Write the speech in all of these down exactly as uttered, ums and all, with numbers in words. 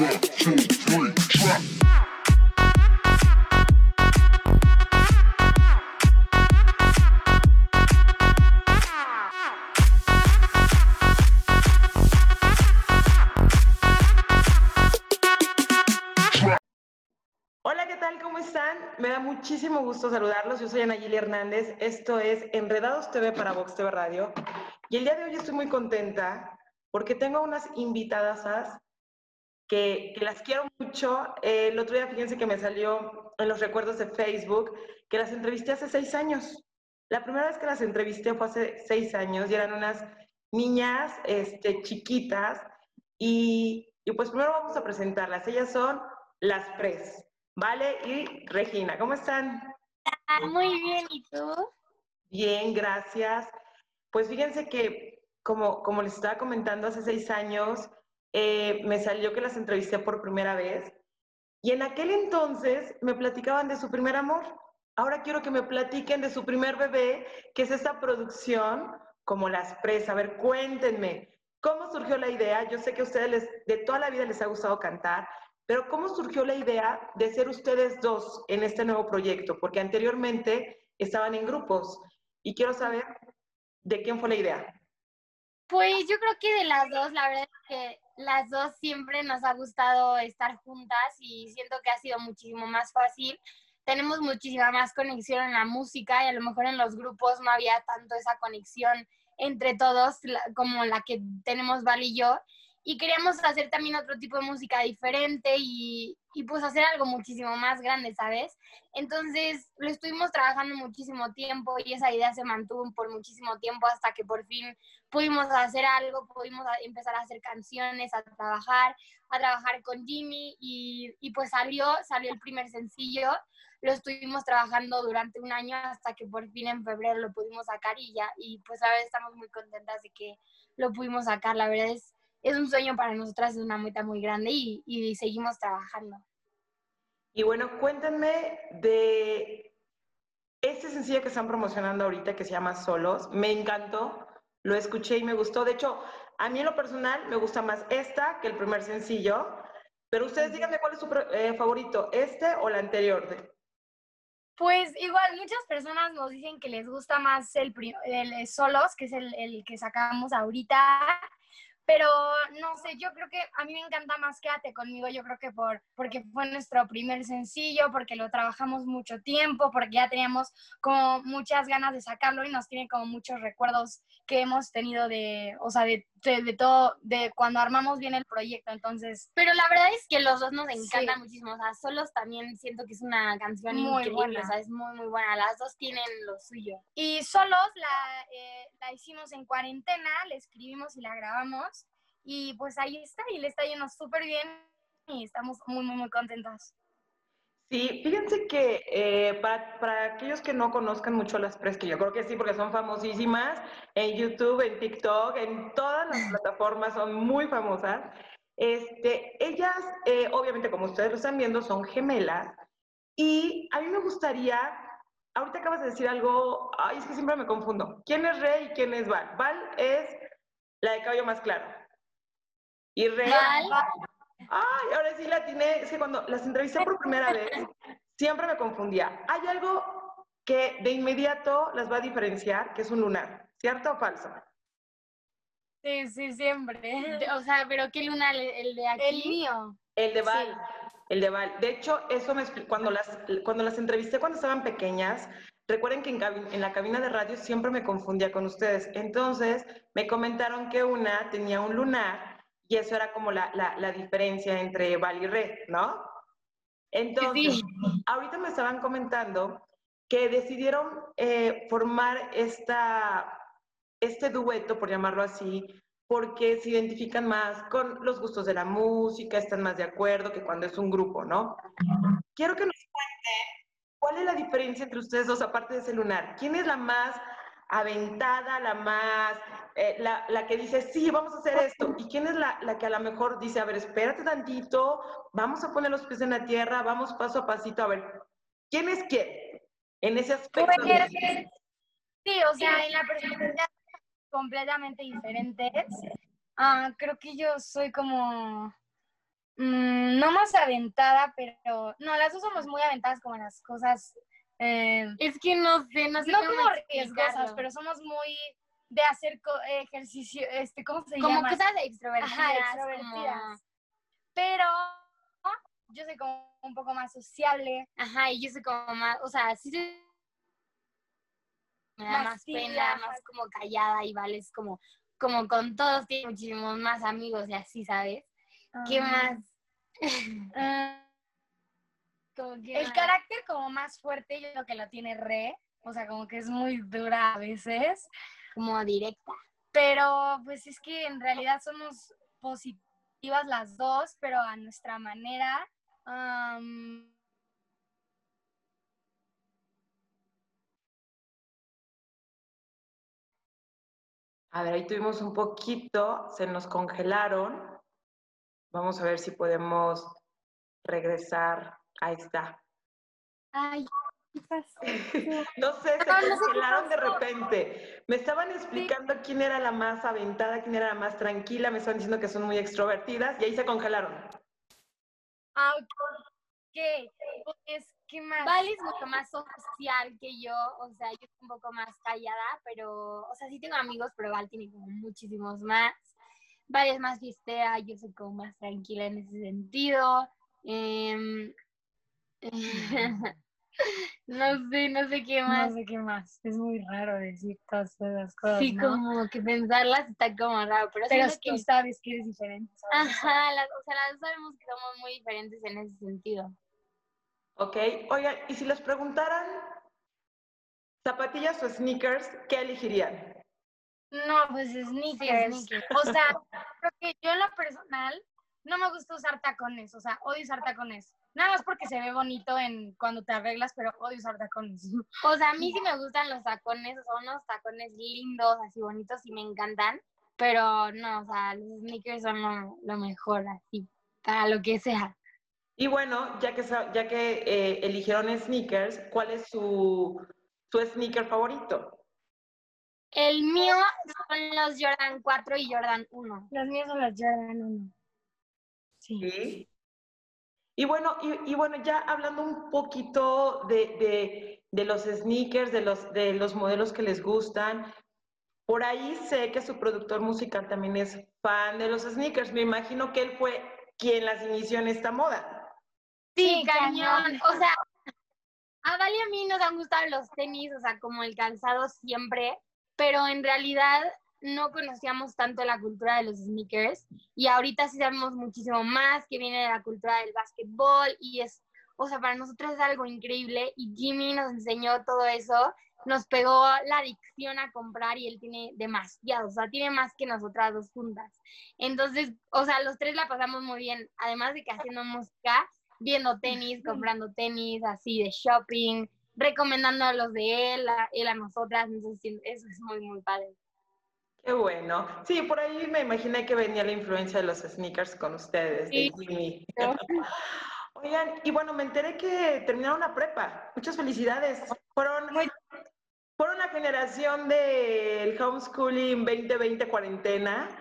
Hola, ¿qué tal? ¿Cómo están? Me da muchísimo gusto saludarlos. Yo soy Anayeli Hernández. Esto es Enredados T V para Vox T V Radio. Y el día de hoy estoy muy contenta porque tengo unas invitadas que, que las quiero mucho. Eh, el otro día, fíjense que me salió en los recuerdos de Facebook que las entrevisté hace seis años. La primera vez que las entrevisté fue hace seis años y eran unas niñas este, chiquitas. Y, y pues primero vamos a presentarlas. Ellas son las Pres. Vale y Regina, ¿cómo están? Ah, muy bien, ¿y tú? Bien, gracias. Pues fíjense que, como, como les estaba comentando, hace seis años eh, me salió que las entrevisté por primera vez y en aquel entonces me platicaban de su primer amor. Ahora quiero que me platiquen de su primer bebé, que es esta producción como Las Pres. A ver, cuéntenme, ¿cómo surgió la idea? Yo sé que a ustedes les, de toda la vida les ha gustado cantar, pero ¿cómo surgió la idea de ser ustedes dos en este nuevo proyecto? Porque anteriormente estaban en grupos y quiero saber de quién fue la idea. Pues yo creo que de las dos, la verdad es que las dos siempre nos ha gustado estar juntas y siento que ha sido muchísimo más fácil. Tenemos muchísima más conexión en la música y a lo mejor en los grupos no había tanto esa conexión entre todos como la que tenemos Val y yo. Y queríamos hacer también otro tipo de música diferente y, y pues hacer algo muchísimo más grande, ¿sabes? Entonces lo estuvimos trabajando muchísimo tiempo y esa idea se mantuvo por muchísimo tiempo hasta que por fin pudimos hacer algo, pudimos empezar a hacer canciones, a trabajar, a trabajar con Jimmy y, y pues salió, salió el primer sencillo. Lo estuvimos trabajando durante un año hasta que por fin en febrero lo pudimos sacar y ya, y pues la verdad estamos muy contentas de que lo pudimos sacar. La verdad es, es un sueño para nosotras, es una meta muy grande y, y seguimos trabajando. Y bueno, cuéntenme de este sencillo que están promocionando ahorita que se llama Solos. Me encantó, lo escuché y me gustó. De hecho, a mí en lo personal me gusta más esta que el primer sencillo. Pero ustedes díganme cuál es su eh, favorito, este o el anterior. Pues igual muchas personas nos dicen que les gusta más el, el Solos, que es el, el que sacamos ahorita. Pero no sé, yo creo que a mí me encanta más Quédate Conmigo, yo creo que por, porque fue nuestro primer sencillo, porque lo trabajamos mucho tiempo, porque ya teníamos como muchas ganas de sacarlo y nos tiene como muchos recuerdos que hemos tenido de, o sea, de, de, de todo, de cuando armamos bien el proyecto, entonces, pero la verdad es que los dos nos encantan sí. muchísimo, o sea, Solos también siento que es una canción muy increíble, buena. O sea, es muy, muy buena, las dos tienen lo suyo. Y Solos la, eh, la hicimos en cuarentena, la escribimos y la grabamos, y pues ahí está, y le está yendo súper bien y estamos muy, muy, muy contentas. Sí, fíjense que eh, para, para aquellos que no conozcan mucho a las Pres, que yo creo que sí, porque son famosísimas, en YouTube, en TikTok, en todas las plataformas son muy famosas. Este, ellas, eh, obviamente, como ustedes lo están viendo, son gemelas. Y a mí me gustaría, ahorita acabas de decir algo, ay, es que siempre me confundo. ¿Quién es Rey y quién es Val? Val es la de cabello más claro. Y Rey... Val. Ay, ahora sí la tiene, es que cuando las entrevisté por primera vez, siempre me confundía. Hay algo que de inmediato las va a diferenciar, que es un lunar, ¿cierto o falso? Sí, sí, siempre. O sea, pero ¿qué lunar? ¿El de aquí? El mío. El de Val. Sí. El de Val. De hecho, eso me cuando las, cuando las entrevisté cuando estaban pequeñas, recuerden que en, en la cabina de radio siempre me confundía con ustedes. Entonces, me comentaron que una tenía un lunar y eso era como la, la, la diferencia entre Val y Red, ¿no? Entonces, sí. Ahorita me estaban comentando que decidieron eh, formar esta, este dueto, por llamarlo así, porque se identifican más con los gustos de la música, están más de acuerdo que cuando es un grupo, ¿no? Quiero que nos cuente cuál es la diferencia entre ustedes dos, aparte de ese lunar. ¿Quién es la más aventada, la más, eh, la, la que dice, sí, vamos a hacer esto? ¿Y quién es la, la que a lo mejor dice, a ver, espérate tantito, vamos a poner los pies en la tierra, vamos paso a pasito, a ver, ¿quién es quién en ese aspecto? Pues, de... sí, o sea, en la personalidad completamente diferentes. Uh, creo que yo soy como... Mmm, no más aventada, pero no, las dos somos muy aventadas como en las cosas. Eh, es que no sé, no sé no cómo como explicarlo. riesgosas, pero somos muy de hacer ejercicio, este, ¿cómo se como llama? Como cosas extrovertidas. Ajá, extrovertidas. Como... Pero yo soy como un poco más sociable. Ajá, y yo soy como más, o sea, sí soy... me da más, más pena, más como callada y vale, es como, como con todos tiene muchísimos más amigos y así, ¿sabes? Uh, ¿Qué más? Uh, como que el más. Carácter como más fuerte yo creo que lo tiene Re, o sea, como que es muy dura a veces. Como directa. Pero pues es que en realidad somos positivas las dos, pero a nuestra manera. Um... A ver, ahí tuvimos un poquito, se nos congelaron. Vamos a ver si podemos regresar. Ahí está. Ay, ¿qué pasó? No sé, se no, congelaron no sé de repente. Me estaban explicando sí. quién era la más aventada, quién era la más tranquila. Me estaban diciendo que son muy extrovertidas y ahí se congelaron. Ah, ok. Pues, ¿qué más? Vale es mucho más social que yo, o sea, yo soy un poco más callada, pero, o sea, sí tengo amigos, pero Val tiene como muchísimos más. Vale es más fiestera, yo soy como más tranquila en ese sentido. Eh, no sé, no sé qué más. No sé qué más. Es muy raro decir todas esas cosas, sí, ¿no? como que pensarlas está como raro, pero, pero tú que... sabes que eres diferente. ¿Sabes? Ajá, las, o sea, las sabemos que somos muy diferentes en ese sentido. Ok, oigan, y si les preguntaran zapatillas o sneakers, ¿qué elegirían? No, pues sneakers. Sí, sneakers. O sea, creo que yo en lo personal no me gusta usar tacones, o sea, odio usar tacones. Nada más porque se ve bonito en cuando te arreglas, pero odio usar tacones. O sea, a mí sí me gustan los tacones, o sea, unos tacones lindos, así bonitos, y me encantan, pero no, o sea, los sneakers son lo, lo mejor, así, para lo que sea. Y bueno, ya que, ya que eh, eligieron sneakers, ¿cuál es su, su sneaker favorito? El mío son los Jordan cuatro y Jordan uno. Los míos son los Jordan uno. Sí. ¿Sí? Y bueno, y, y bueno, ya hablando un poquito de, de, de los sneakers, de los, de los modelos que les gustan, por ahí sé que su productor musical también es fan de los sneakers. Me imagino que él fue quien las inició en esta moda. Sí, sí cañón. cañón. O sea, a Val y a mí nos han gustado los tenis, o sea, como el calzado siempre, pero en realidad no conocíamos tanto la cultura de los sneakers y ahorita sí sabemos muchísimo más que viene de la cultura del básquetbol y es, o sea, para nosotros es algo increíble y Jimmy nos enseñó todo eso, nos pegó la adicción a comprar y él tiene demasiado, o sea, tiene más que nosotras dos juntas. Entonces, o sea, los tres la pasamos muy bien, además de que haciendo música, viendo tenis, comprando tenis, así de shopping, recomendando a los de él, a él a nosotras, entonces eso es muy, muy padre. Qué bueno. Sí, por ahí me imaginé que venía la influencia de los sneakers con ustedes, sí. de Jimmy. No. Oigan, y bueno, me enteré que terminaron la prepa. Muchas felicidades. Fueron, muy... fueron la generación del homeschooling veinte veinte cuarentena.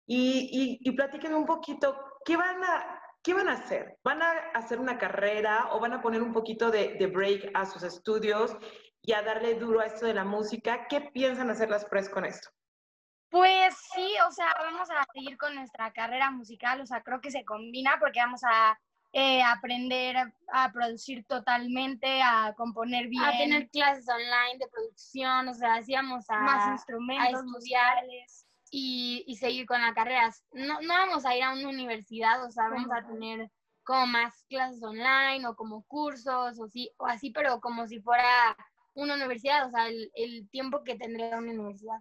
Y, y, y platíquenme un poquito, ¿qué van a, qué van a hacer? ¿Van a hacer una carrera o van a poner un poquito de, de break a sus estudios y a darle duro a esto de la música? ¿Qué piensan hacer las pres con esto? Pues sí, o sea, vamos a seguir con nuestra carrera musical, o sea, creo que se combina porque vamos a eh, aprender a producir totalmente, a componer bien. A tener clases online de producción, o sea, hacíamos a, más instrumentos a estudiar y, y seguir con la carrera. No, no vamos a ir a una universidad, o sea, vamos a tener como más clases online o como cursos o, sí, o así, pero como si fuera una universidad, o sea, el, el tiempo que tendría una universidad.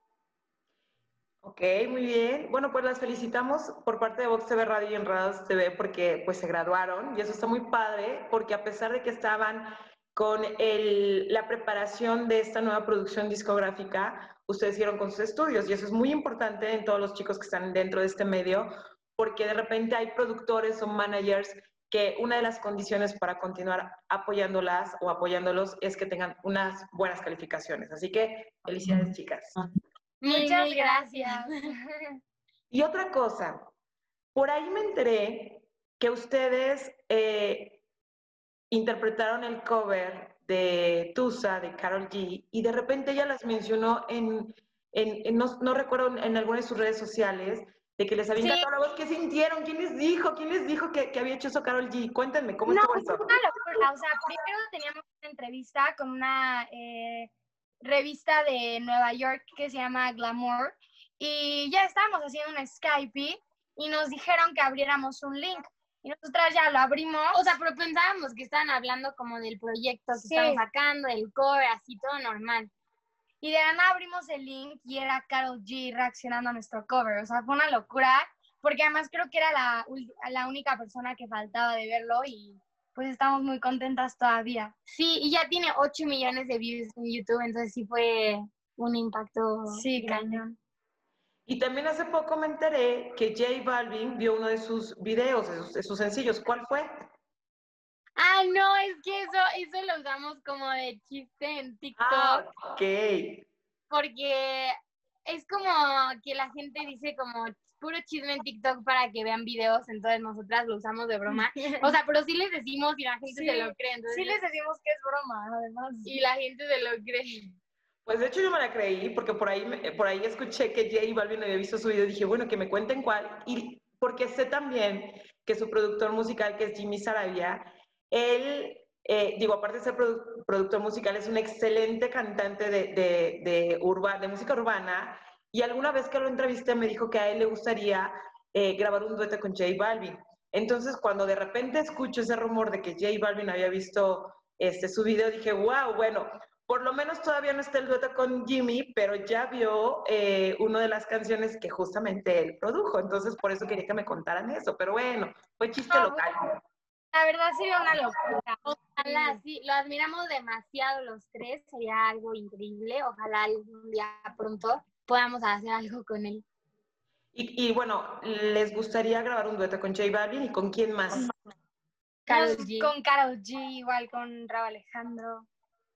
Ok, muy bien. Bueno, pues las felicitamos por parte de Vox T V Radio y Enredados T V porque pues se graduaron y eso está muy padre porque a pesar de que estaban con el, la preparación de esta nueva producción discográfica, ustedes hicieron con sus estudios y eso es muy importante en todos los chicos que están dentro de este medio porque de repente hay productores o managers que una de las condiciones para continuar apoyándolas o apoyándolos es que tengan unas buenas calificaciones. Así que felicidades, chicas. Muchas gracias. Y otra cosa, por ahí me enteré que ustedes eh, interpretaron el cover de Tusa, de Karol G, y de repente ella las mencionó en, en, en no, no recuerdo, en alguna de sus redes sociales, de que les había Sí. encantado la voz. ¿Qué sintieron? ¿Quién les dijo? ¿Quién les dijo que, que había hecho eso Karol G? Cuéntenme, ¿cómo No, estuvo fue eso? una locura. O sea, primero teníamos una entrevista con una eh, revista de Nueva York que se llama Glamour, y ya estábamos haciendo un Skype y nos dijeron que abriéramos un link. Y nosotras ya lo abrimos. O sea, pero pensábamos que estaban hablando como del proyecto que Sí. estaban sacando, del cover, así todo normal. Y de la nada abrimos el link y era Karol G reaccionando a nuestro cover. O sea, fue una locura, porque además creo que era la, la única persona que faltaba de verlo y pues estamos muy contentas todavía. Sí, y ya tiene ocho millones de views en YouTube, entonces sí fue un impacto. Sí, grande. cañón. Y también hace poco me enteré que J Balvin vio uno de sus videos, de sus, de sus sencillos. ¿Cuál fue? Ah, no, es que eso, eso lo usamos como de chiste en TikTok. Ah, ok. Porque es como que la gente dice como puro chisme en TikTok para que vean videos, entonces nosotras lo usamos de broma. O sea, pero sí les decimos y la gente Sí, se lo cree. Entonces, sí les decimos que es broma, además. Y la gente se lo cree. Pues de hecho yo me la creí porque por ahí, me- por ahí escuché que J Balvin había visto su video y dije, bueno, que me cuenten cuál. Y porque sé también que su productor musical, que es Jimmy Sarabia, él, eh, digo, aparte de ser produ- productor musical, es un excelente cantante de, de, de, urba, de música urbana. Y alguna vez que lo entrevisté me dijo que a él le gustaría eh, grabar un dueto con J Balvin. Entonces, cuando de repente escucho ese rumor de que J Balvin había visto este, su video, dije, wow, bueno, por lo menos todavía no está el dueto con Jimmy, pero ya vio eh, una de las canciones que justamente él produjo. Entonces, por eso quería que me contaran eso. Pero bueno, fue chiste No, local. la verdad sería una locura. Ojalá, sí, lo admiramos demasiado los tres, sería algo increíble. Ojalá algún día pronto podamos hacer algo con él. Y, y bueno, ¿les gustaría grabar un dueto con J Balvin y con quién más? Karol Pues, G. con Karol G, igual con Rauw Alejandro.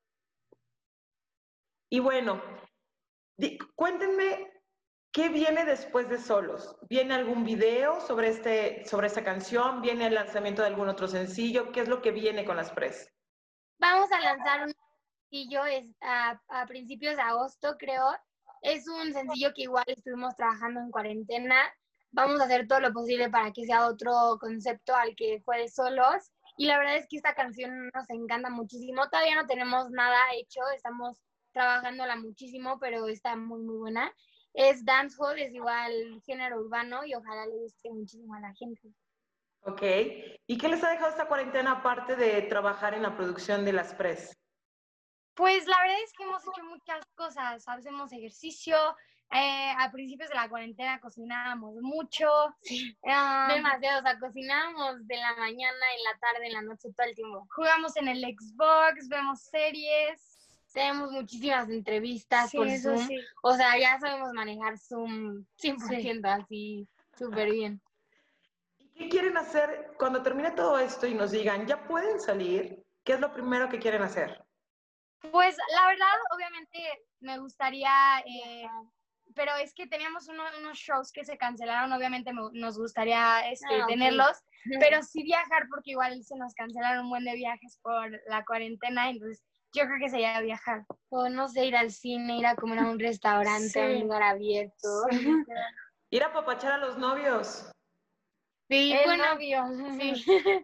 Y bueno, di, cuéntenme qué viene después de Solos. ¿Viene algún video sobre, este, sobre esta canción? ¿Viene el lanzamiento de algún otro sencillo? ¿Qué es lo que viene con las Pres? Vamos a lanzar un sencillo es, a, a principios de agosto, creo. Es un sencillo que igual estuvimos trabajando en cuarentena. Vamos a hacer todo lo posible para que sea otro concepto al que fue de Solos. Y la verdad es que esta canción nos encanta muchísimo. Todavía no tenemos nada hecho, estamos trabajándola muchísimo, pero está muy, muy buena. Es dancehall, es igual género urbano y ojalá le guste muchísimo a la gente. Ok. ¿Y qué les ha dejado esta cuarentena aparte de trabajar en la producción de las Pres? Pues la verdad es que hemos hecho muchas cosas. Hacemos ejercicio. Eh, a principios de la cuarentena cocinábamos mucho. Sí. Um, Demasiado, o sea, cocinábamos de la mañana, en la tarde, en la noche, todo el tiempo. Jugamos en el Xbox, vemos series. Tenemos muchísimas entrevistas Sí, por eso Zoom. sí. O sea, ya sabemos manejar Zoom cien por ciento Sí. así, súper bien. ¿Y qué quieren hacer cuando termine todo esto y nos digan, ya pueden salir? ¿Qué es lo primero que quieren hacer? Pues la verdad, obviamente me gustaría, eh, pero es que teníamos uno, unos shows que se cancelaron, obviamente me, nos gustaría este, Ah, okay. tenerlos, pero sí viajar porque igual se nos cancelaron un buen de viajes por la cuarentena, entonces yo creo que sería viajar. O no sé, ir al cine, ir a comer a un restaurante, Sí. a un lugar abierto. Sí. Ir a apapachar a los novios. Sí, El bueno, novio, sí.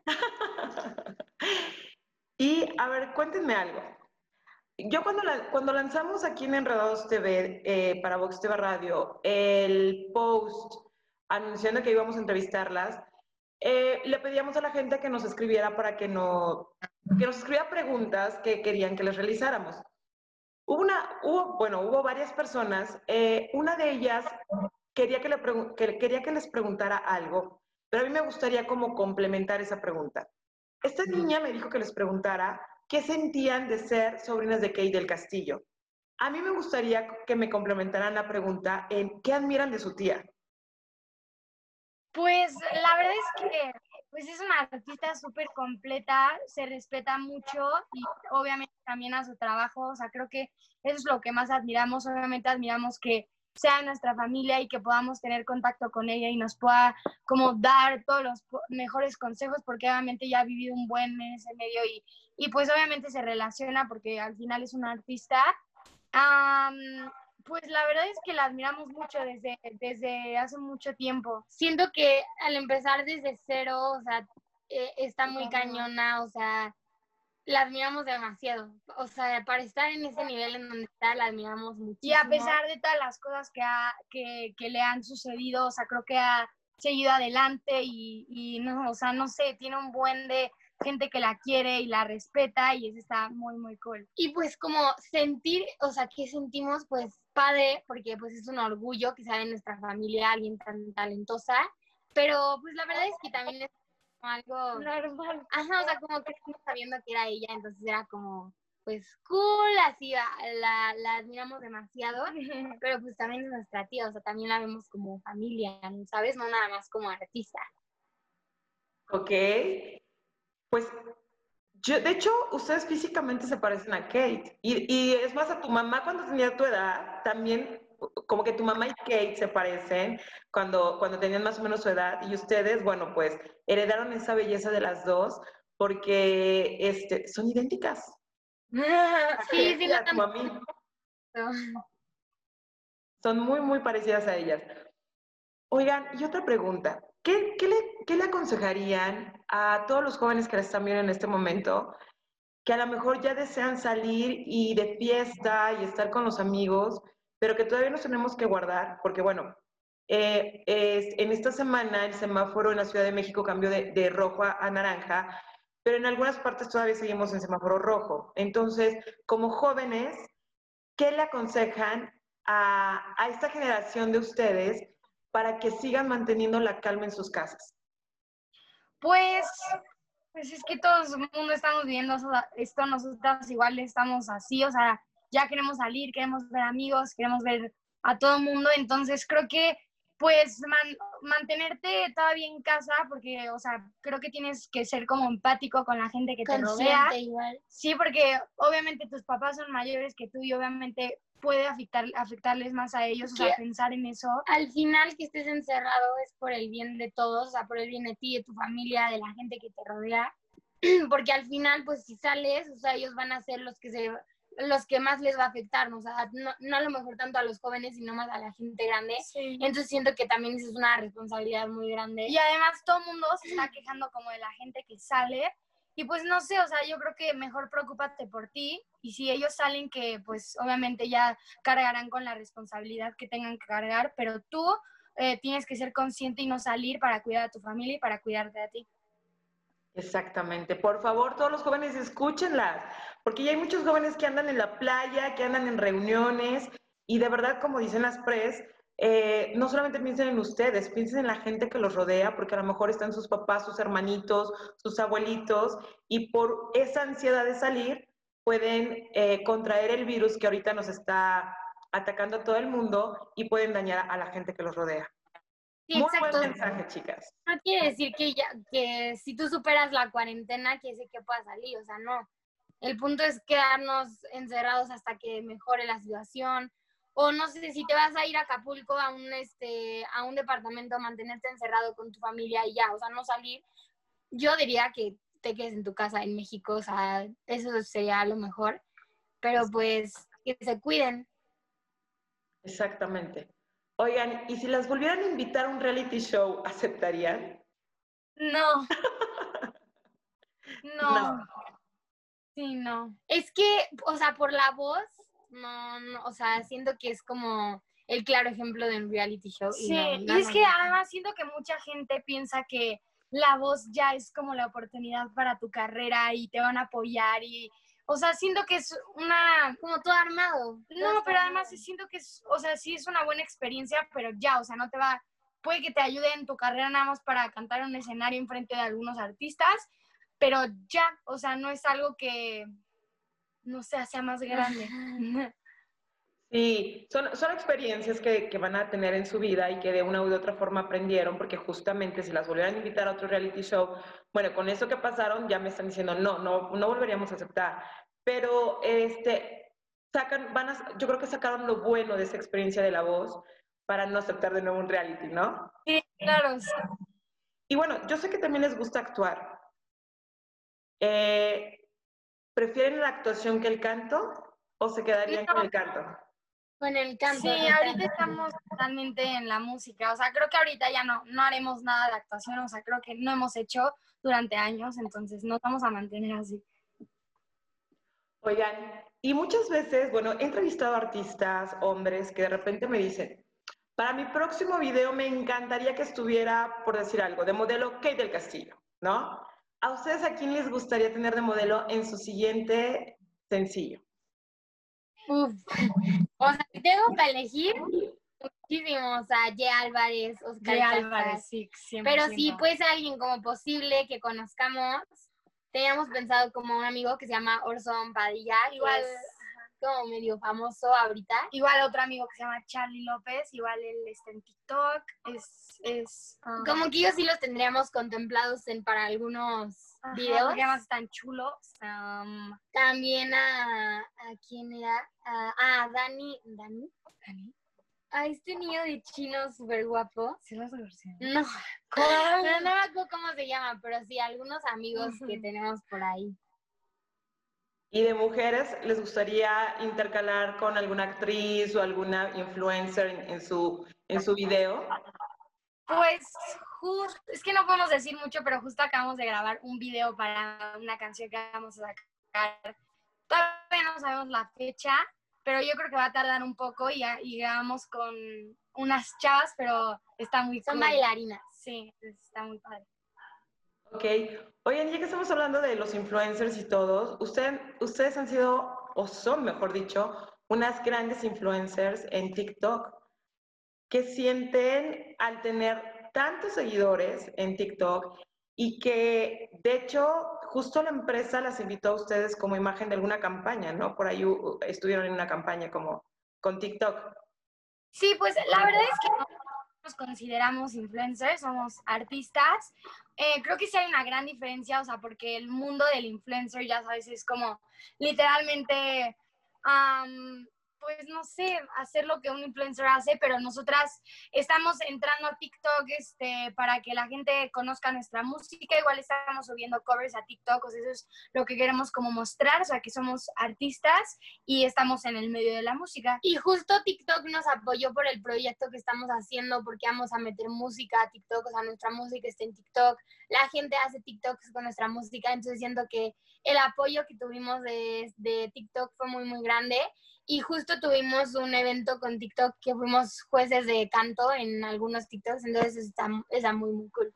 Y a ver, cuéntenme algo. Yo cuando, la, cuando lanzamos aquí en Enredados T V, eh, para Vox T V Radio, el post anunciando que íbamos a entrevistarlas, eh, le pedíamos a la gente que nos escribiera para que, no, que nos escribiera preguntas que querían que les realizáramos. Hubo una, hubo, bueno, hubo varias personas, eh, una de ellas quería que, le que quería que les preguntara algo, pero a mí me gustaría como complementar esa pregunta. Esta niña me dijo que les preguntara qué sentían de ser sobrinas de Kate del Castillo. A mí me gustaría que me complementaran la pregunta en qué admiran de su tía. Pues la verdad es que pues es una artista súper completa, se respeta mucho y obviamente también a su trabajo, o sea, creo que eso es lo que más admiramos, obviamente admiramos que sea nuestra familia y que podamos tener contacto con ella y nos pueda como dar todos los mejores consejos, porque obviamente ya ha vivido un buen en ese medio y, y pues obviamente se relaciona porque al final es una artista. Um, pues la verdad es que la admiramos mucho desde, desde hace mucho tiempo. Siento que al empezar desde cero, o sea, eh, está muy cañona, o sea, la admiramos demasiado. O sea, para estar en ese nivel en donde está, la admiramos muchísimo. Y a pesar de todas las cosas que, ha, que, que le han sucedido, o sea, creo que ha seguido adelante y, y no, o sea, no sé, tiene un buen de gente que la quiere y la respeta y eso está muy, muy cool. Y pues como sentir, o sea, ¿qué sentimos? Pues padre, porque pues es un orgullo que sea de nuestra familia alguien tan talentosa, pero pues la verdad es que también es algo normal. Ajá, o sea, como que estamos sabiendo que era ella, entonces era como, pues, cool, así, la, la admiramos demasiado, pero pues también es nuestra tía, o sea, también la vemos como familia, ¿sabes? No nada más como artista. Ok, pues, yo, de hecho, ustedes físicamente se parecen a Kate, y, y es más, a tu mamá cuando tenía tu edad, también, como que tu mamá y Kate se parecen cuando, cuando tenían más o menos su edad, y ustedes, bueno, pues, heredaron esa belleza de las dos, porque, este, son idénticas. Sí, sí, a tu mami. Son muy, muy parecidas a ellas. Oigan, y otra pregunta. ¿Qué, qué, le, ¿Qué le aconsejarían a todos los jóvenes que la están viendo en este momento, que a lo mejor ya desean salir y de fiesta y estar con los amigos, pero que todavía nos tenemos que guardar? Porque, bueno, eh, es, en esta semana el semáforo en la Ciudad de México cambió de, de rojo a, a naranja, pero en algunas partes todavía seguimos en semáforo rojo. Entonces, como jóvenes, ¿qué le aconsejan a, a esta generación de ustedes para que sigan manteniendo la calma en sus casas? Pues, pues es que todo el mundo estamos viviendo esto, nosotras igual estamos así, o sea, ya queremos salir, queremos ver amigos, queremos ver a todo el mundo, entonces creo que pues man, mantenerte todavía en casa, porque, o sea, creo que tienes que ser como empático con la gente que te rodea. Igual. Sí, porque obviamente tus papás son mayores que tú y obviamente puede afectar, afectarles más a ellos, o sea, pensar en eso. Al final que estés encerrado es por el bien de todos, o sea, por el bien de ti, de tu familia, de la gente que te rodea, porque al final, pues si sales, o sea, ellos van a ser los que se los que más les va a afectar, ¿no? O sea, no, no a lo mejor tanto a los jóvenes, sino más a la gente grande. Sí. Entonces siento que también es una responsabilidad muy grande. Y además todo el mundo se está quejando como de la gente que sale. Y pues no sé, o sea, yo creo que mejor preocúpate por ti. Y si ellos salen, que pues obviamente ya cargarán con la responsabilidad que tengan que cargar, pero tú eh, tienes que ser consciente y no salir para cuidar a tu familia y para cuidarte a ti. Exactamente. Por favor, todos los jóvenes, escúchenlas, porque ya hay muchos jóvenes que andan en la playa, que andan en reuniones, y de verdad, como dicen las pres, eh, no solamente piensen en ustedes, piensen en la gente que los rodea, porque a lo mejor están sus papás, sus hermanitos, sus abuelitos, y por esa ansiedad de salir, pueden eh, contraer el virus que ahorita nos está atacando a todo el mundo y pueden dañar a la gente que los rodea. Sí, Muy exacto. buen mensaje, chicas. No quiere decir que ya, que si tú superas la cuarentena, quiere decir que puedas salir, o sea, no. El punto es quedarnos encerrados hasta que mejore la situación. O no sé, si te vas a ir a Acapulco a un, este, a un departamento, mantenerte encerrado con tu familia y ya, o sea, no salir. Yo diría que te quedes en tu casa en México, o sea, eso sería lo mejor. Pero pues, que se cuiden. Exactamente. Oigan, ¿y si las volvieran a invitar a un reality show, aceptarían? No. no. No. Sí, no. Es que, o sea, por la voz, no, no, o sea, siento que es como el claro ejemplo de un reality show. Sí, y, no, y no, es no, que no. además siento que mucha gente piensa que la voz ya es como la oportunidad para tu carrera y te van a apoyar y, o sea, siento que es una... Como todo armado. No, pero además siento que es, o sea, sí es una buena experiencia, pero ya, o sea, no te va, puede que te ayude en tu carrera nada más para cantar en un escenario enfrente de algunos artistas, pero ya, o sea, no es algo que, no sé, sea más grande. Sí, son, son experiencias que, que van a tener en su vida y que de una u otra forma aprendieron, porque justamente si las volvieran a invitar a otro reality show, bueno, con eso que pasaron ya me están diciendo, no, no, no volveríamos a aceptar. Pero, este, sacan, van a, yo creo que sacaron lo bueno de esa experiencia de La Voz para no aceptar de nuevo un reality, ¿no? Sí, claro. Sí. Y bueno, yo sé que también les gusta actuar. Eh, ¿Prefieren la actuación que el canto o se quedarían No. con el canto? Con el canto. Sí, ahorita estamos totalmente en la música. O sea, creo que ahorita ya no, no haremos nada de actuación. O sea, creo que no hemos hecho durante años, entonces no vamos a mantener así. Oigan, y muchas veces, bueno, he entrevistado a artistas, hombres, que de repente me dicen, para mi próximo video me encantaría que estuviera, por decir algo, de modelo Kate del Castillo, ¿no? ¿A ustedes a quién les gustaría tener de modelo en su siguiente sencillo? Uf. O sea, si tengo que elegir, muchísimo. O sea, Jay Álvarez, Oscar Jay Casas. Álvarez, sí, cien por ciento. Pero sí, puede ser alguien como posible que conozcamos. Teníamos pensado como un amigo que se llama Orson Padilla, Igual, que es como medio famoso ahorita. igual otro amigo que se llama Charlie López, igual él está en TikTok, es... es um, Como que ellos sí los tendríamos contemplados en, para algunos ajá, videos. porque además están chulos. Um, También a, ¿a quién era? A, a Dani, ¿Dani? ¿Dani? A este niño de chino súper guapo. ¿Sí lo conocen? No, ¿Cuál? no, no me acuerdo cómo se llama, pero sí, algunos amigos Ujú. que tenemos por ahí. ¿Y de mujeres les gustaría intercalar con alguna actriz o alguna influencer en, en su, en su video? Pues justo, es que no podemos decir mucho, pero justo acabamos de grabar un video para una canción que vamos a sacar. Todavía no sabemos la fecha, pero yo creo que va a tardar un poco y, y grabamos con unas chavas, pero está muy Son cool. bailarinas. Sí, está muy padre. Ok. Oigan, ya que estamos hablando de los influencers y todos, usted, ustedes han sido, o son, mejor dicho, unas grandes influencers en TikTok. ¿Qué sienten al tener tantos seguidores en TikTok y que, de hecho, justo la empresa las invitó a ustedes como imagen de alguna campaña, ¿no? Por ahí uh, estuvieron en una campaña como con TikTok. Sí, pues la verdad es que no nos consideramos influencers, somos artistas. Eh, creo que sí hay una gran diferencia, o sea, porque el mundo del influencer, ya sabes, es como literalmente, um, pues no sé, hacer lo que un influencer hace, pero nosotras estamos entrando a TikTok este, para que la gente conozca nuestra música, igual estamos subiendo covers a TikTok, o sea, eso es lo que queremos como mostrar, o sea, que somos artistas y estamos en el medio de la música. Y justo TikTok nos apoyó por el proyecto que estamos haciendo, porque vamos a meter música a TikTok, o sea, nuestra música está en TikTok, la gente hace TikToks con nuestra música, entonces siento que el apoyo que tuvimos de, de TikTok fue muy, muy grande. Y justo tuvimos un evento con TikTok que fuimos jueces de canto en algunos TikToks, entonces está, está muy, muy cool.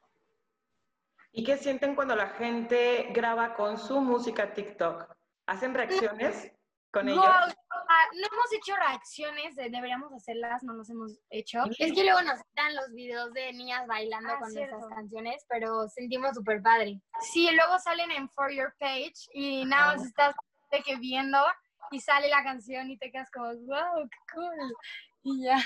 ¿Y qué sienten cuando la gente graba con su música TikTok? ¿Hacen reacciones con Wow, ellos? uh, no hemos hecho reacciones, eh, deberíamos hacerlas, no las hemos hecho. Es que luego nos dan los videos de niñas bailando Ah, con cierto. nuestras canciones, pero sentimos súper padre. Sí, luego salen en For Your Page y nada más estás de que viendo y sale la canción y te quedas como, wow, qué cool. Y ya.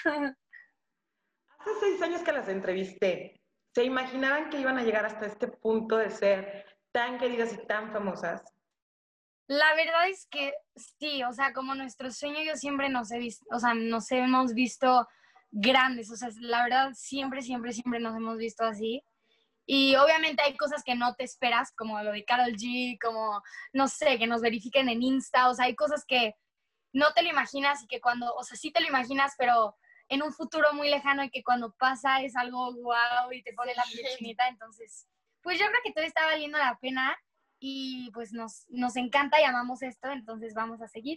Hace seis años que las entrevisté. ¿Se imaginaban que iban a llegar hasta este punto de ser tan queridas y tan famosas? La verdad es que sí, o sea, como nuestro sueño yo siempre nos he visto, o sea, nos hemos visto grandes, o sea, la verdad siempre, siempre, siempre nos hemos visto así. Y obviamente hay cosas que no te esperas, como lo de Karol G, como, no sé, que nos verifiquen en Insta, o sea, hay cosas que no te lo imaginas y que cuando, o sea, sí te lo imaginas, pero en un futuro muy lejano y que cuando pasa es algo wow y te pone la piel chinita, entonces, pues yo creo que todo está valiendo la pena y pues nos, nos encanta y amamos esto, entonces vamos a seguir.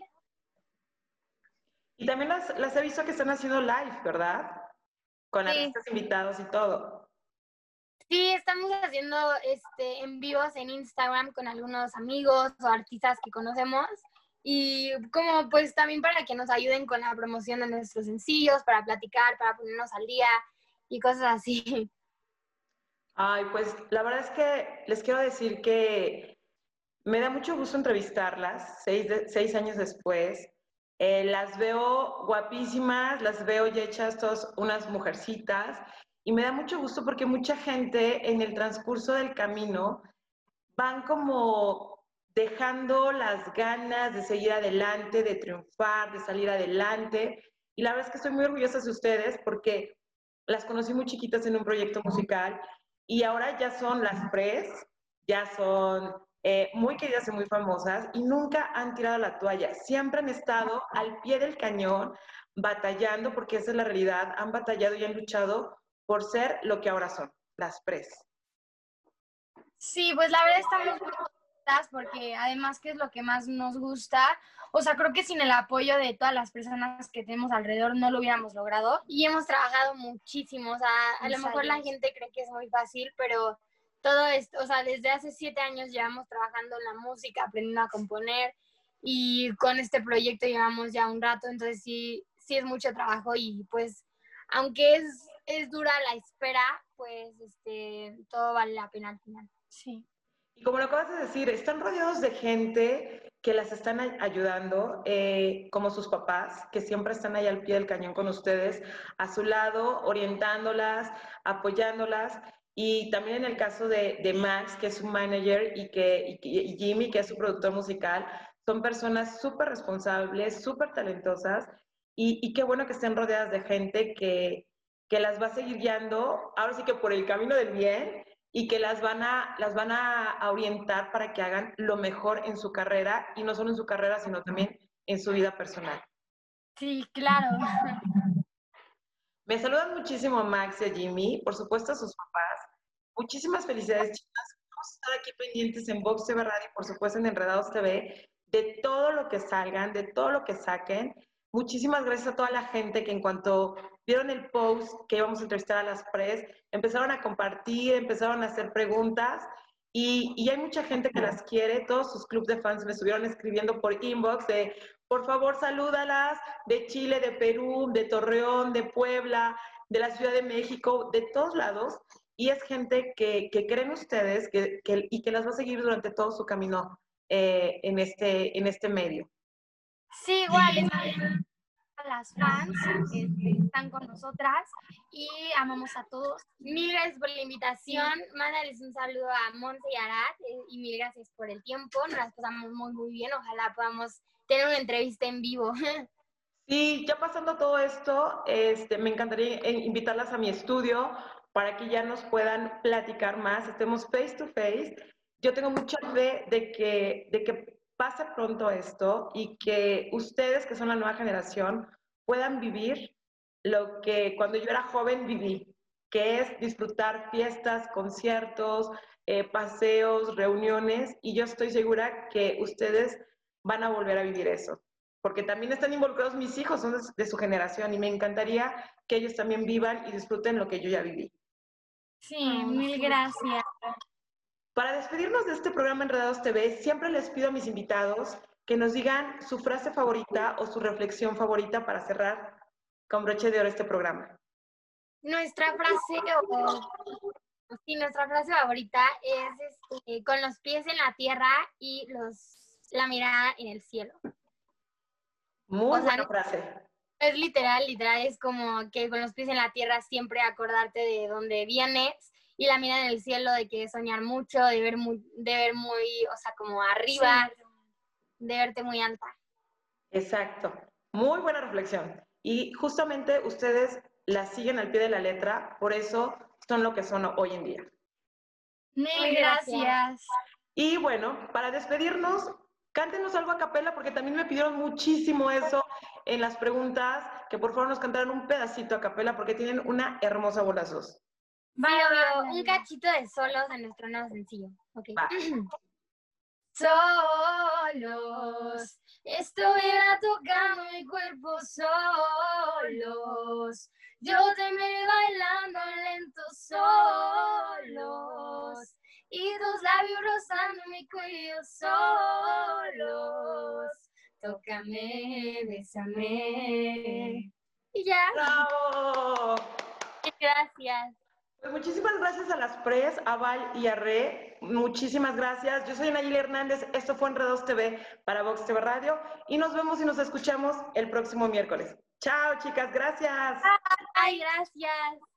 Y también las, las he visto que están haciendo live, ¿verdad? Con Sí. artistas invitados y todo. Sí, estamos haciendo este, en vivos en Instagram con algunos amigos o artistas que conocemos y como pues también para que nos ayuden con la promoción de nuestros sencillos, para platicar, para ponernos al día y cosas así. Ay, pues la verdad es que les quiero decir que me da mucho gusto entrevistarlas seis, de, seis años después. Eh, las veo guapísimas, las veo ya hechas todas unas mujercitas y me da mucho gusto porque mucha gente en el transcurso del camino van como dejando las ganas de seguir adelante, de triunfar, de salir adelante. Y la verdad es que estoy muy orgullosa de ustedes porque las conocí muy chiquitas en un proyecto musical y ahora ya son las pres, ya son eh, muy queridas y muy famosas y nunca han tirado la toalla. Siempre han estado al pie del cañón batallando, porque esa es la realidad, han batallado y han luchado por ser lo que ahora son, las pres. Sí, pues la verdad estamos muy contentas porque además que es lo que más nos gusta, o sea, creo que sin el apoyo de todas las personas que tenemos alrededor no lo hubiéramos logrado. Y hemos trabajado muchísimo, o sea, a lo mejor la gente cree que es muy fácil, pero todo esto, o sea, desde hace siete años llevamos trabajando en la música, aprendiendo a componer y con este proyecto llevamos ya un rato, entonces sí, sí es mucho trabajo y pues aunque es, es dura la espera, pues este, todo vale la pena al final. Sí. Y como lo acabas de decir, están rodeados de gente que las están ayudando, eh, como sus papás, que siempre están ahí al pie del cañón con ustedes, a su lado, orientándolas, apoyándolas. Y también en el caso de, de Max, que es su manager, y, que, y, y Jimmy, que es su productor musical, son personas súper responsables, súper talentosas, y, y qué bueno que estén rodeadas de gente que, que las va a seguir guiando, ahora sí que por el camino del bien, y que las van, a, las van a, a orientar para que hagan lo mejor en su carrera, y no solo en su carrera, sino también en su vida personal. Sí, claro. Me saludan muchísimo a Max y a Jimmy, por supuesto a sus papás. Muchísimas felicidades, chicas. Vamos a estar aquí pendientes en Vox T V Radio y por supuesto en Enredados T V, de todo lo que salgan, de todo lo que saquen. Muchísimas gracias a toda la gente que en cuanto vieron el post que íbamos a entrevistar a las pres, empezaron a compartir, empezaron a hacer preguntas y, y hay mucha gente que las quiere. Todos sus clubs de fans me estuvieron escribiendo por inbox de por favor salúdalas, de Chile, de Perú, de Torreón, de Puebla, de la Ciudad de México, de todos lados. Y es gente que, que creen ustedes que, que, y que las va a seguir durante todo su camino eh, en, este, en este medio. Sí, igual, es a las fans que están con nosotras y amamos a todos. Mil gracias por la invitación. Mándales un saludo a Monse y Arad eh, y mil gracias por el tiempo. Nos las pasamos muy, muy bien. Ojalá podamos tener una entrevista en vivo. Sí, ya pasando todo esto, este, me encantaría invitarlas a mi estudio para que ya nos puedan platicar más, estemos face to face. Yo tengo mucha fe de que, de que pase pronto esto y que ustedes, que son la nueva generación, puedan vivir lo que cuando yo era joven viví, que es disfrutar fiestas, conciertos, eh, paseos, reuniones, y yo estoy segura que ustedes van a volver a vivir eso, porque también están involucrados mis hijos, son de, de su generación, y me encantaría que ellos también vivan y disfruten lo que yo ya viví. Sí, mil gracias. Para despedirnos de este programa Enredados T V, siempre les pido a mis invitados que nos digan su frase favorita o su reflexión favorita para cerrar con broche de oro este programa. Nuestra frase o sí, nuestra frase favorita es este, con los pies en la tierra y los, la mirada en el cielo. Muy o buena sea, frase. Es literal, literal, es como que con los pies en la tierra siempre acordarte de dónde vienes y la mirada en el cielo de que soñar mucho, de ver muy, de ver muy, o sea, como arriba, sí, de verte muy alta. Exacto, muy buena reflexión. Y justamente ustedes la siguen al pie de la letra, por eso son lo que son hoy en día. Mil gracias. Y bueno, para despedirnos, cántenos algo a capela, porque también me pidieron muchísimo eso en las preguntas, que por favor nos cantaran un pedacito a capela, porque tienen una hermosa voz las dos. Vale, vale, un cachito de solos de nuestro nuevo sencillo. Okay. Solos, estuviera tocando mi cuerpo solos, yo te me bailando lento solos, y tus labios rozando mi cuello solos, tócame, bésame, y ya. ¡Bravo! Gracias. Pues muchísimas gracias a las pres, a Val y a Re. Muchísimas gracias. Yo soy Nayeli Hernández. Esto fue Enredados T V para Vox T V Radio. Y nos vemos y nos escuchamos el próximo miércoles. Chao, chicas. Gracias. Ay, gracias.